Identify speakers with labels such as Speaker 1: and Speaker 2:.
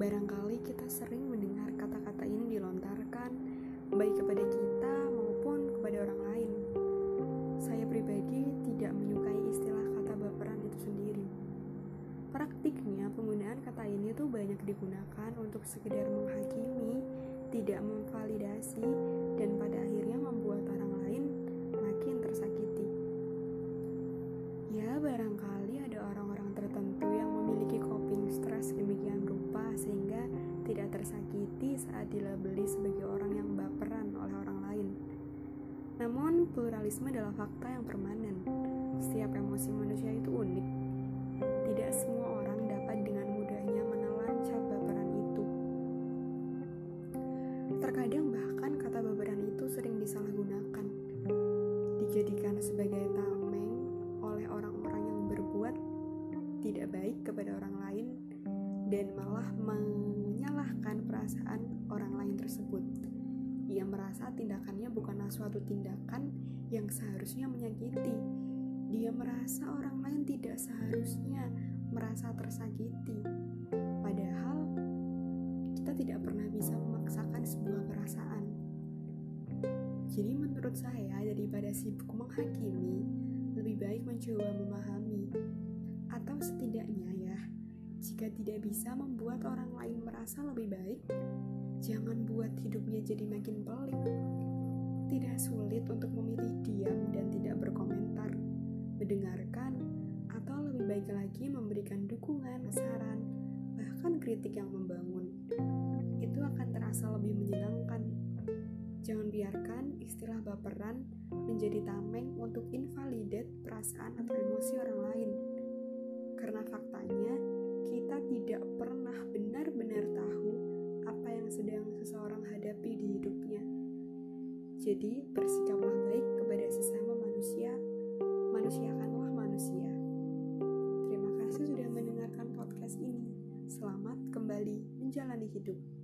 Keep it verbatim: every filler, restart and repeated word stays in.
Speaker 1: Barangkali kita sering mendengar kata-kata ini dilontarkan baik kepada kita maupun kepada orang lain. Saya pribadi tidak menyukai istilah kata baperan itu sendiri. Praktiknya penggunaan kata ini tuh banyak digunakan untuk sekedar menghakimi, tidak memvalidasi, dan pada akhirnya membuat orang lain makin tersakiti. Ya, barangkali ada orang-orang tertentu yang memiliki coping stres demikian rupa sehingga tidak tersakiti saat dilabeli sebagai orang yang baperan oleh orang lain. Namun, pluralisme adalah fakta yang permanen. Setiap emosi manusia itu unik. Tidak semua orang dapat dengan mudahnya menelan cap baperan itu. Terkadang bahkan kata baperan itu sering disalahgunakan, dijadikan sebagai tameng oleh orang-orang yang berbuat tidak baik kepada orang lain dan malah menyalahkan perasaan orang lain tersebut. Ia merasa tindakannya bukanlah suatu tindakan yang seharusnya menyakiti. Dia merasa orang lain tidak seharusnya merasa tersakiti. Padahal kita tidak pernah bisa memaksakan sebuah perasaan. Jadi menurut saya, daripada sibuk menghakimi, lebih baik mencoba memahami. Atau setidaknya ya, jika tidak bisa membuat orang lain merasa lebih baik, jangan buat hidupnya jadi makin pelik. Tidak sulit untuk memilih diam dan tidak berkomentar, mendengarkan, atau lebih baik lagi memberikan dukungan, saran, bahkan kritik yang membangun. Itu akan terasa lebih menyenangkan. Jangan biarkan istilah baperan menjadi tameng untuk invalidate perasaan atau emosi orang lain. Karena faktanya, kita tidak pernah benar-benar tahu apa yang sedang seseorang hadapi di hidupnya. Jadi, bersikaplah baik kepada sesama manusia, manusiakanlah manusia. Terima kasih sudah mendengarkan podcast ini. Selamat kembali menjalani hidup.